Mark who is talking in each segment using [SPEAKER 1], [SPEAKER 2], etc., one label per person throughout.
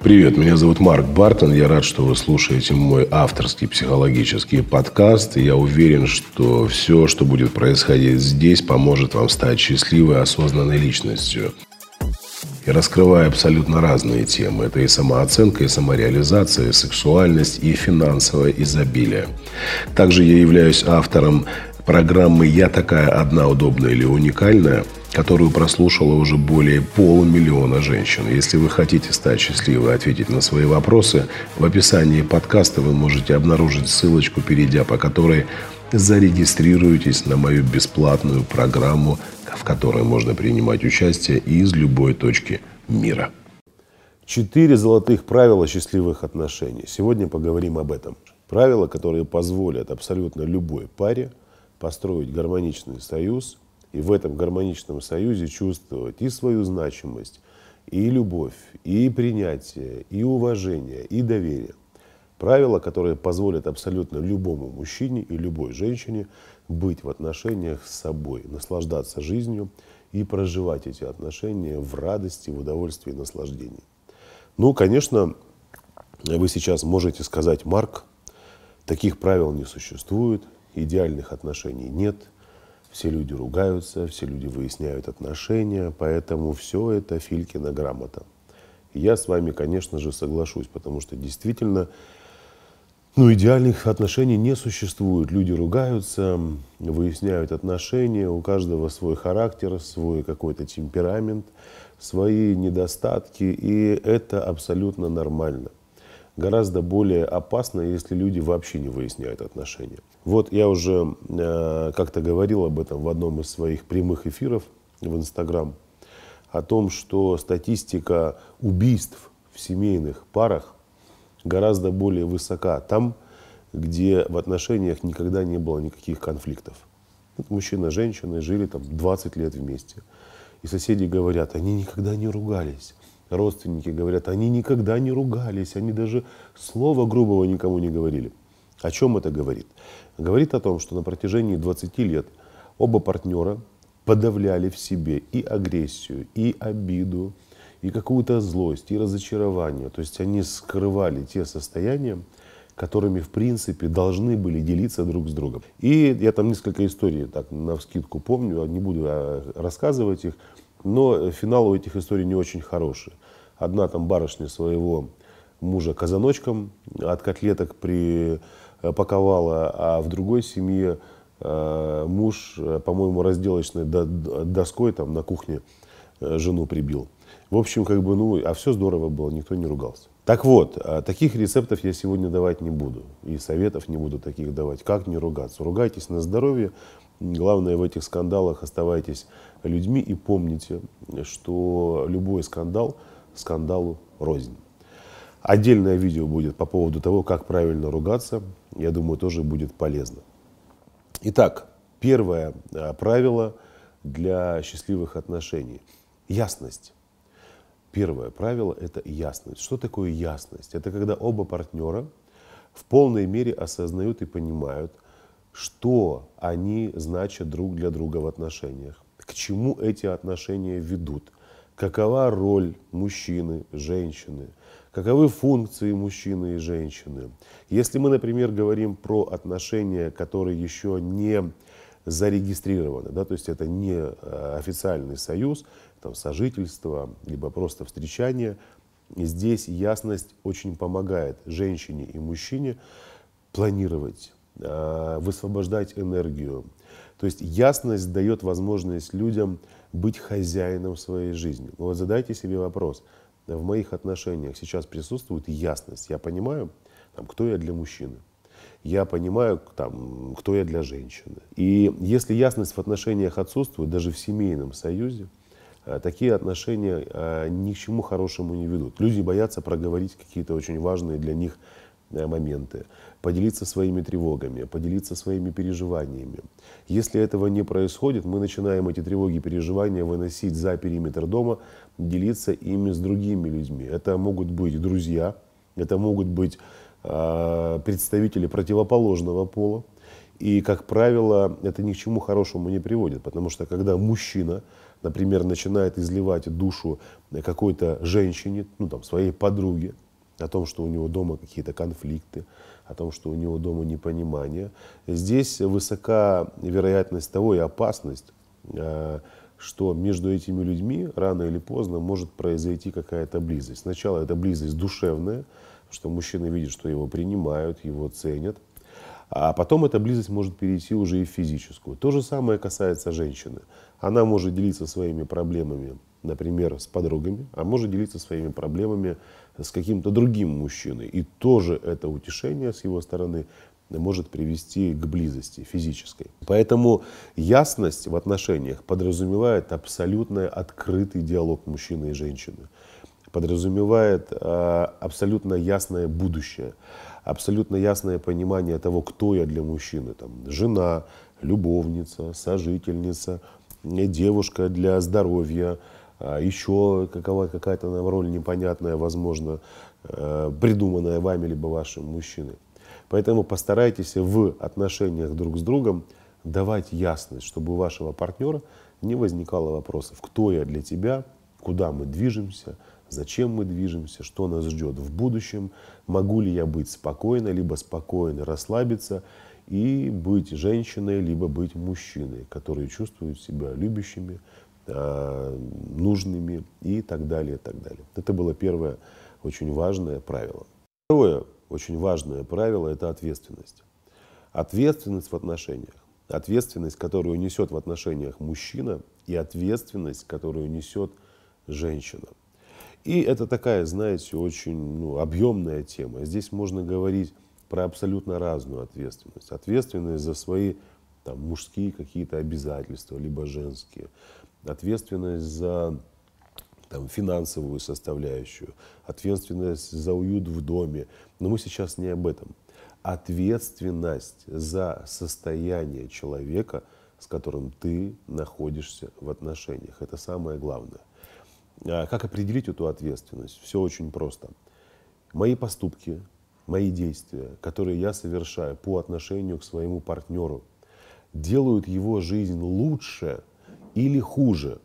[SPEAKER 1] Привет, меня зовут Марк Бартон. Я рад, что вы слушаете мой авторский психологический подкаст. И я уверен, что все, что будет происходить здесь, поможет вам стать счастливой, осознанной личностью. Я раскрываю абсолютно разные темы. Это и самооценка, и самореализация, и сексуальность, и финансовое изобилие. Также я являюсь автором программы «Я такая одна, удобная или уникальная», которую прослушало уже более 500 000 женщин. Если вы хотите стать счастливой и ответить на свои вопросы, в описании подкаста вы можете обнаружить ссылочку, перейдя по которой зарегистрируетесь на мою бесплатную программу, в которой можно принимать участие из любой точки мира.
[SPEAKER 2] 4 золотых правила счастливых отношений. Сегодня поговорим об этом. Правила, которые позволят абсолютно любой паре построить гармоничный союз, и в этом гармоничном союзе чувствовать и свою значимость, и любовь, и принятие, и уважение, и доверие. Правила, которые позволят абсолютно любому мужчине и любой женщине быть в отношениях с собой, наслаждаться жизнью и проживать эти отношения в радости, в удовольствии и наслаждении. Ну, конечно, вы сейчас можете сказать: Марк, таких правил не существует, идеальных отношений нет. Все люди ругаются, все люди выясняют отношения, поэтому все это Филькина грамота. И я с вами, конечно же, соглашусь, потому что действительно, идеальных отношений не существует. Люди ругаются, выясняют отношения, у каждого свой характер, свой какой-то темперамент, свои недостатки, и это абсолютно нормально. Гораздо более опасно, если люди вообще не выясняют отношения. Вот я уже как-то говорил об этом в одном из своих прямых эфиров в Инстаграм, о том, что статистика убийств в семейных парах гораздо более высока там, где в отношениях никогда не было никаких конфликтов. Вот мужчина и женщина жили там 20 лет вместе. И соседи говорят: они никогда не ругались. Родственники говорят: они никогда не ругались, они даже слова грубого никому не говорили. О чем это говорит? Говорит о том, что на протяжении 20 лет оба партнера подавляли в себе и агрессию, и обиду, и какую-то злость, и разочарование. То есть они скрывали те состояния, которыми в принципе должны были делиться друг с другом. И я там несколько историй так навскидку помню, не буду рассказывать их, но финал у этих историй не очень хороший. Одна там барышня своего мужа казаночком от котлеток припаковала, а в другой семье муж, по-моему, разделочной доской там на кухне жену прибил. В общем, а все здорово было, никто не ругался. Так вот, таких рецептов я сегодня давать не буду. И советов не буду таких давать. Как не ругаться? Ругайтесь на здоровье. Главное, в этих скандалах оставайтесь людьми и помните, что любой скандал скандалу рознь. Отдельное видео будет по поводу того, как правильно ругаться. Я думаю, тоже будет полезно. Итак, первое правило для счастливых отношений. Ясность. Первое правило – это ясность. Что такое ясность? Это когда оба партнера в полной мере осознают и понимают, что они значат друг для друга в отношениях, к чему эти отношения ведут, какова роль мужчины, женщины, каковы функции мужчины и женщины. Если мы, например, говорим про отношения, которые еще не зарегистрированы, то есть это не официальный союз, там, сожительство, либо просто встречание, здесь ясность очень помогает женщине и мужчине планировать, высвобождать энергию. То есть ясность дает возможность людям быть хозяином своей жизни. Но вот задайте себе вопрос: в моих отношениях сейчас присутствует ясность? Я понимаю, кто я для мужчины? Я понимаю, кто я для женщины. И если ясность в отношениях отсутствует, даже в семейном союзе, такие отношения ни к чему хорошему не ведут. Люди боятся проговорить какие-то очень важные для них моменты, поделиться своими тревогами, поделиться своими переживаниями. Если этого не происходит, мы начинаем эти тревоги и переживания выносить за периметр дома, делиться ими с другими людьми. Это могут быть друзья, это могут быть представители противоположного пола. И, как правило, это ни к чему хорошему не приводит, потому что когда мужчина например, начинает изливать душу какой-то женщине, ну там, своей подруге, о том, что у него дома какие-то конфликты, о том, что у него дома непонимание. Здесь высока вероятность того и опасность, что между этими людьми рано или поздно может произойти какая-то близость. Сначала это близость душевная, что мужчина видит, что его принимают, его ценят. А потом эта близость может перейти уже и в физическую. То же самое касается женщины. Она может делиться своими проблемами, например, с подругами, а может делиться своими проблемами с каким-то другим мужчиной. И тоже это утешение с его стороны может привести к близости физической. Поэтому ясность в отношениях подразумевает абсолютно открытый диалог мужчины и женщины. Подразумевает абсолютно ясное будущее, абсолютно ясное понимание того, кто я для мужчины. Там, жена, любовница, сожительница, девушка для здоровья, еще какая-то роль непонятная, возможно, придуманная вами либо вашим мужчиной. Поэтому постарайтесь в отношениях друг с другом давать ясность, чтобы у вашего партнера не возникало вопросов, кто я для тебя, куда мы движемся, зачем мы движемся, что нас ждет в будущем, могу ли я быть спокойно, либо спокойно расслабиться и быть женщиной, либо быть мужчиной, которые чувствуют себя любящими, нужными и так далее, и так далее. Это было первое очень важное правило. Второе очень важное правило – это ответственность. Ответственность в отношениях. Ответственность, которую несет в отношениях мужчина, и ответственность, которую несет женщина. И это такая, знаете, очень объемная тема. Здесь можно говорить про абсолютно разную ответственность. Ответственность за свои там, мужские какие-то обязательства, либо женские. Ответственность за там, финансовую составляющую, ответственность за уют в доме. Но мы сейчас не об этом. Ответственность за состояние человека, с которым ты находишься в отношениях. Это самое главное. Как определить эту ответственность? Все очень просто. Мои поступки, мои действия, которые я совершаю по отношению к своему партнеру, делают его жизнь лучше или хуже?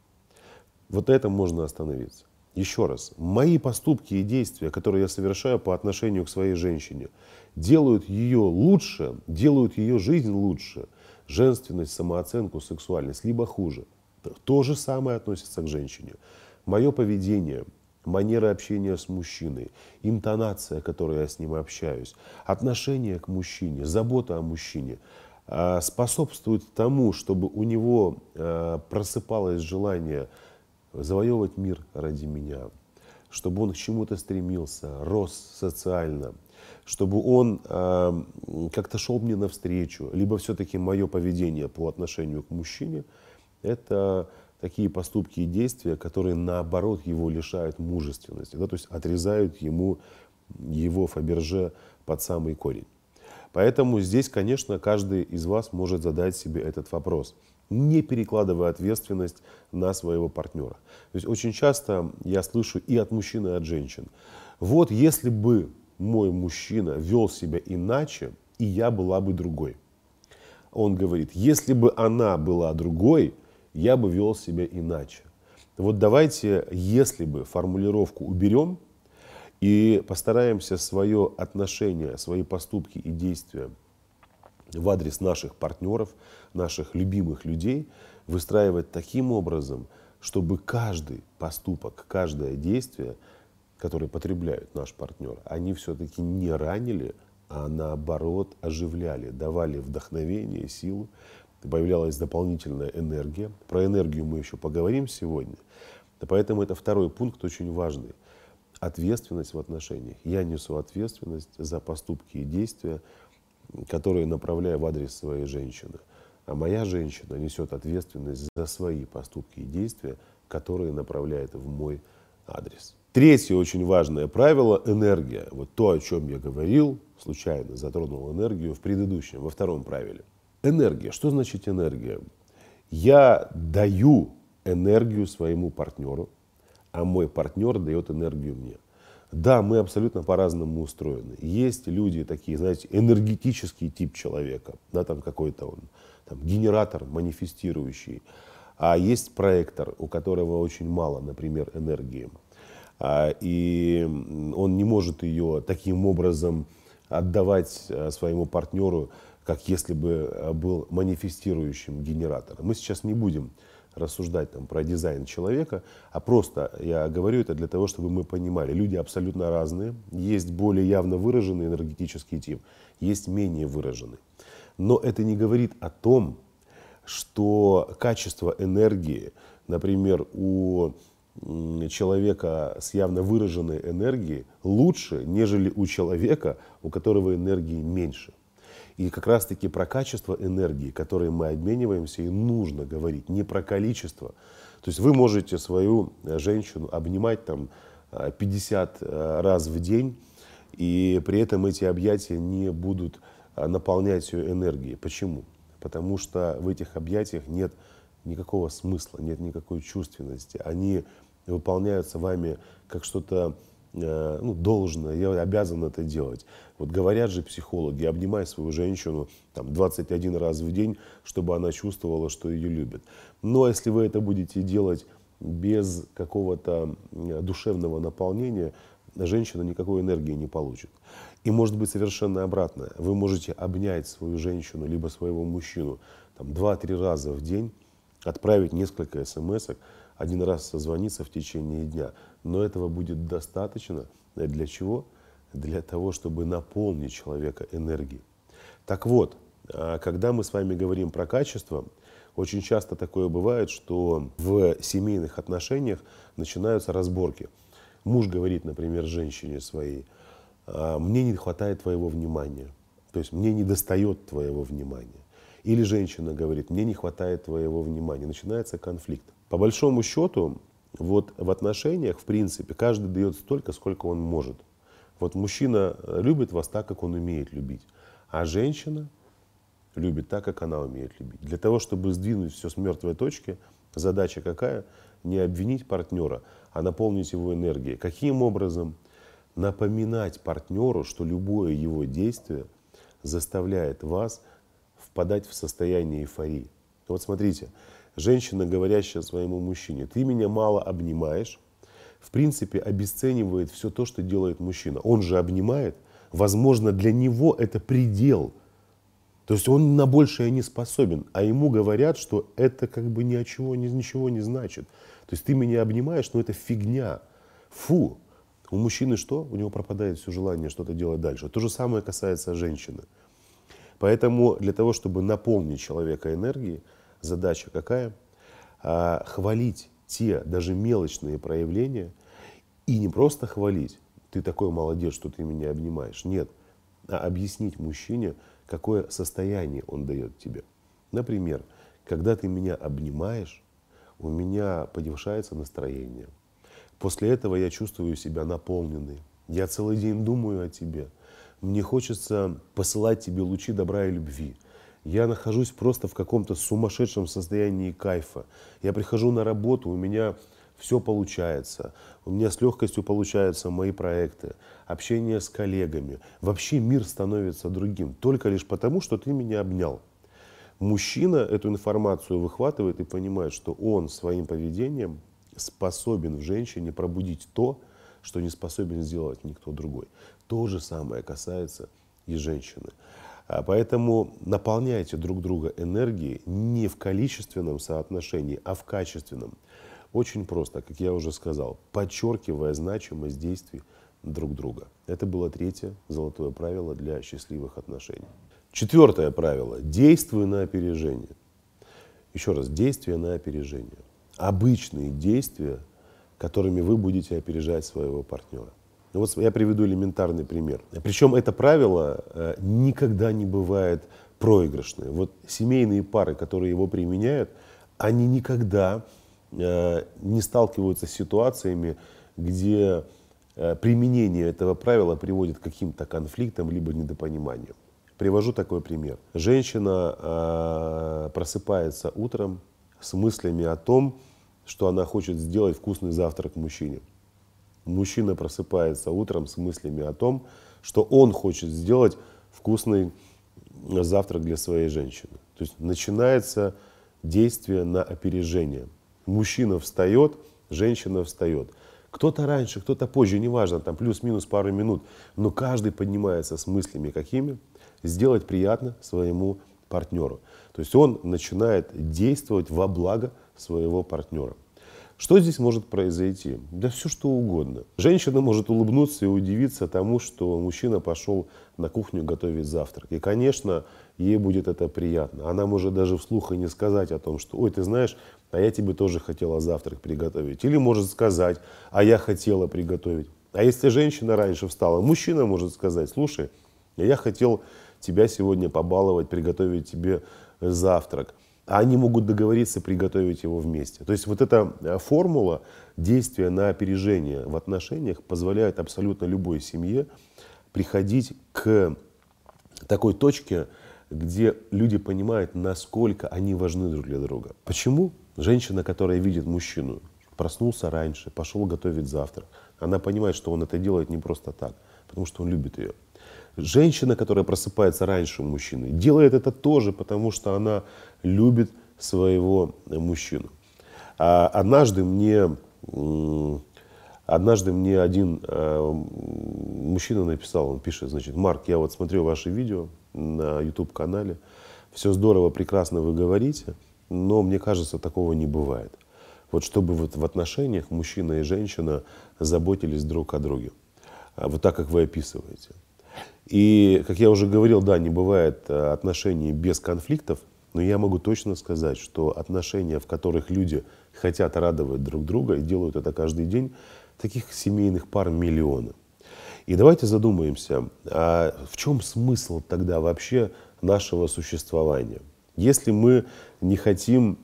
[SPEAKER 2] Вот это можно остановиться. Еще раз. Мои поступки и действия, которые я совершаю по отношению к своей женщине, делают ее лучше, делают ее жизнь лучше, женственность, самооценку, сексуальность, либо хуже. То же самое относится к женщине. Мое поведение, манера общения с мужчиной, интонация, которой я с ним общаюсь, отношение к мужчине, забота о мужчине способствует тому, чтобы у него просыпалось желание завоевывать мир ради меня, чтобы он к чему-то стремился, рос социально, чтобы он как-то шел мне навстречу, либо все-таки мое поведение по отношению к мужчине – это такие поступки и действия, которые наоборот его лишают мужественности, да, то есть отрезают ему его Фаберже под самый корень. Поэтому здесь, конечно, каждый из вас может задать себе этот вопрос, не перекладывая ответственность на своего партнера. То есть очень часто я слышу и от мужчин, и от женщин: вот если бы мой мужчина вел себя иначе, и я была бы другой. Он говорит: если бы она была другой, я бы вел себя иначе. Вот давайте, если бы, формулировку уберем и постараемся свое отношение, свои поступки и действия в адрес наших партнеров, наших любимых людей выстраивать таким образом, чтобы каждый поступок, каждое действие, которое потребляет наш партнер, они все-таки не ранили, а наоборот оживляли, давали вдохновение, силу. Появлялась дополнительная энергия. Про энергию мы еще поговорим сегодня. Поэтому это второй пункт очень важный. Ответственность в отношениях. Я несу ответственность за поступки и действия, которые направляю в адрес своей женщины. А моя женщина несет ответственность за свои поступки и действия, которые направляет в мой адрес. Третье очень важное правило – энергия. Вот то, о чем я говорил, случайно затронул энергию в предыдущем, во втором правиле. Энергия. Что значит энергия? Я даю энергию своему партнеру, а мой партнер дает энергию мне. Да, мы абсолютно по-разному устроены. Есть люди такие, знаете, энергетический тип человека, да, там какой-то он, там, генератор, манифестирующий. А есть проектор, у которого очень мало, например, энергии. И он не может ее таким образом отдавать своему партнеру, как если бы был манифестирующим генератором. Мы сейчас не будем рассуждать там про дизайн человека, а просто я говорю это для того, чтобы мы понимали, люди абсолютно разные, есть более явно выраженный энергетический тип, есть менее выраженный. Но это не говорит о том, что качество энергии, например, у человека с явно выраженной энергией лучше, нежели у человека, у которого энергии меньше. И как раз таки про качество энергии, которой мы обмениваемся, и нужно говорить, не про количество. То есть вы можете свою женщину обнимать там 50 раз в день, и при этом эти объятия не будут наполнять ее энергией. Почему? Потому что в этих объятиях нет никакого смысла, нет никакой чувственности. Они выполняются вами как что-то должное, я обязан это делать. Вот говорят же психологи, обнимай свою женщину там, 21 раз в день, чтобы она чувствовала, что ее любят. Но если вы это будете делать без какого-то душевного наполнения, женщина никакой энергии не получит. И может быть совершенно обратное. Вы можете обнять свою женщину, либо своего мужчину 2-3 раза в день, отправить несколько смс-ок, один раз созвониться в течение дня. Но этого будет достаточно. Для чего? Для того, чтобы наполнить человека энергией. Так вот, когда мы с вами говорим про качество, очень часто такое бывает, что в семейных отношениях начинаются разборки. Муж говорит, например, женщине своей: мне не хватает твоего внимания, то есть мне не достает твоего внимания. Или женщина говорит: мне не хватает твоего внимания. Начинается конфликт. По большому счету, вот в отношениях, в принципе, каждый дает столько, сколько он может. Вот мужчина любит вас так, как он умеет любить, а женщина любит так, как она умеет любить. Для того, чтобы сдвинуть все с мертвой точки, задача какая? Не обвинить партнера, а наполнить его энергией. Каким образом? Напоминать партнеру, что любое его действие заставляет вас впадать в состояние эйфории. Вот смотрите, женщина, говорящая своему мужчине: ты меня мало обнимаешь, в принципе обесценивает все то, что делает мужчина. Он же обнимает, возможно, для него это предел. То есть он на большее не способен, а ему говорят, что это как бы ничего не значит. То есть ты меня обнимаешь, но это фигня. Фу. У мужчины что? У него пропадает все желание что-то делать дальше. То же самое касается женщины. Поэтому для того, чтобы наполнить человека энергией, задача какая? Хвалить те даже мелочные проявления. И не просто хвалить: ты такой молодец, что ты меня обнимаешь. Нет. А объяснить мужчине, какое состояние он дает тебе. Например, когда ты меня обнимаешь, у меня повышается настроение. После этого я чувствую себя наполненной. Я целый день думаю о тебе. Мне хочется посылать тебе лучи добра и любви. Я нахожусь просто в каком-то сумасшедшем состоянии кайфа. Я прихожу на работу, у меня все получается. У меня с легкостью получаются мои проекты, общение с коллегами. Вообще мир становится другим. Только лишь потому, что ты меня обнял. Мужчина эту информацию выхватывает и понимает, что он своим поведением способен в женщине пробудить то, что не способен сделать никто другой. То же самое касается и женщины. Поэтому наполняйте друг друга энергией не в количественном соотношении, а в качественном. Очень просто, как я уже сказал, подчеркивая значимость действий друг друга. Это было 3-е золотое правило для счастливых отношений. 4-е правило. Действуй на опережение. Еще раз, действие на опережение. Обычные действия, которыми вы будете опережать своего партнера. Вот я приведу элементарный пример. Причем это правило никогда не бывает проигрышное. Вот семейные пары, которые его применяют, они никогда не сталкиваются с ситуациями, где применение этого правила приводит к каким-то конфликтам либо недопониманиям. Привожу такой пример. Женщина просыпается утром с мыслями о том, что она хочет сделать вкусный завтрак мужчине. Мужчина просыпается утром с мыслями о том, что он хочет сделать вкусный завтрак для своей женщины. То есть начинается действие на опережение. Мужчина встает, женщина встает. Кто-то раньше, кто-то позже, неважно, там плюс-минус пару минут, но каждый поднимается с мыслями какими? Сделать приятно своему партнеру. То есть он начинает действовать во благо своего партнера. Что здесь может произойти? Да все что угодно. Женщина может улыбнуться и удивиться тому, что мужчина пошел на кухню готовить завтрак. И, конечно, ей будет это приятно. Она может даже вслух и не сказать о том, что «Ой, ты знаешь, а я тебе тоже хотела завтрак приготовить». Или может сказать «А я хотела приготовить». А если женщина раньше встала, мужчина может сказать «Слушай, я хотел тебя сегодня побаловать, приготовить тебе завтрак». А они могут договориться приготовить его вместе. То есть вот эта формула действия на опережение в отношениях позволяет абсолютно любой семье приходить к такой точке, где люди понимают, насколько они важны друг для друга. Почему? Женщина, которая видит мужчину, проснулся раньше, пошел готовить завтрак, она понимает, что он это делает не просто так, потому что он любит ее. Женщина, которая просыпается раньше мужчины, делает это тоже, потому что она любит своего мужчину. Однажды мне один мужчина написал, он пишет, значит: «Марк, я вот смотрю ваши видео на YouTube-канале, все здорово, прекрасно вы говорите, но мне кажется, такого не бывает. Вот чтобы вот в отношениях мужчина и женщина заботились друг о друге, вот так, как вы описываете». И, как я уже говорил, да, не бывает отношений без конфликтов, но я могу точно сказать, что отношения, в которых люди хотят радовать друг друга и делают это каждый день, таких семейных пар миллионы. И давайте задумаемся, а в чем смысл тогда вообще нашего существования? Если мы не хотим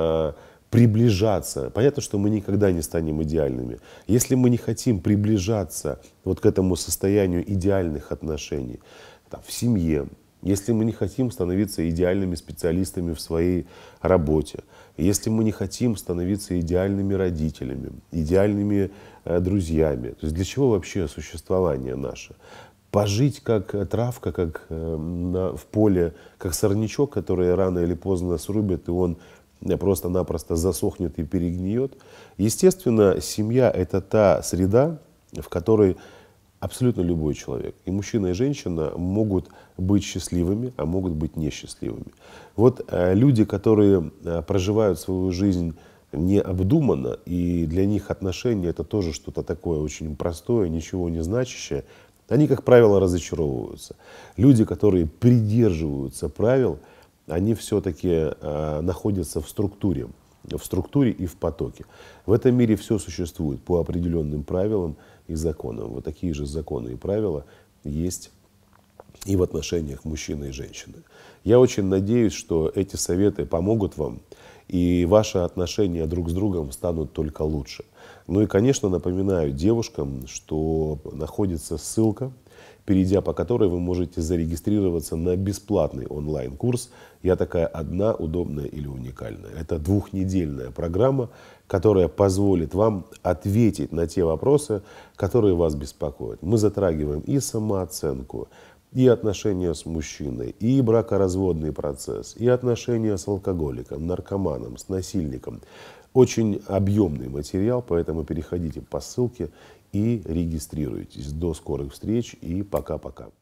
[SPEAKER 2] приближаться, понятно, что мы никогда не станем идеальными. Если мы не хотим приближаться вот к этому состоянию идеальных отношений там, в семье, если мы не хотим становиться идеальными специалистами в своей работе, если мы не хотим становиться идеальными родителями, идеальными друзьями, то есть для чего вообще существование наше? Пожить как травка, как в поле, как сорнячок, который рано или поздно срубят, и он просто-напросто засохнет и перегниет. Естественно, семья — это та среда, в которой абсолютно любой человек, и мужчина, и женщина, могут быть счастливыми, а могут быть несчастливыми. Вот люди, которые проживают свою жизнь необдуманно, и для них отношения — это тоже что-то такое очень простое, ничего не значащее, они, как правило, разочаровываются. Люди, которые придерживаются правил, они все-таки находятся в структуре и в потоке. В этом мире все существует по определенным правилам и законам. Вот такие же законы и правила есть и в отношениях мужчины и женщины. Я очень надеюсь, что эти советы помогут вам, и ваши отношения друг с другом станут только лучше. Ну и, конечно, напоминаю девушкам, что находится ссылка, перейдя по которой вы можете зарегистрироваться на бесплатный онлайн-курс «Я такая одна, удобная или уникальная». Это двухнедельная программа, которая позволит вам ответить на те вопросы, которые вас беспокоят. Мы затрагиваем и самооценку, и отношения с мужчиной, и бракоразводный процесс, и отношения с алкоголиком, наркоманом, с насильником. Очень объемный материал, поэтому переходите по ссылке и регистрируйтесь. До скорых встреч и пока-пока.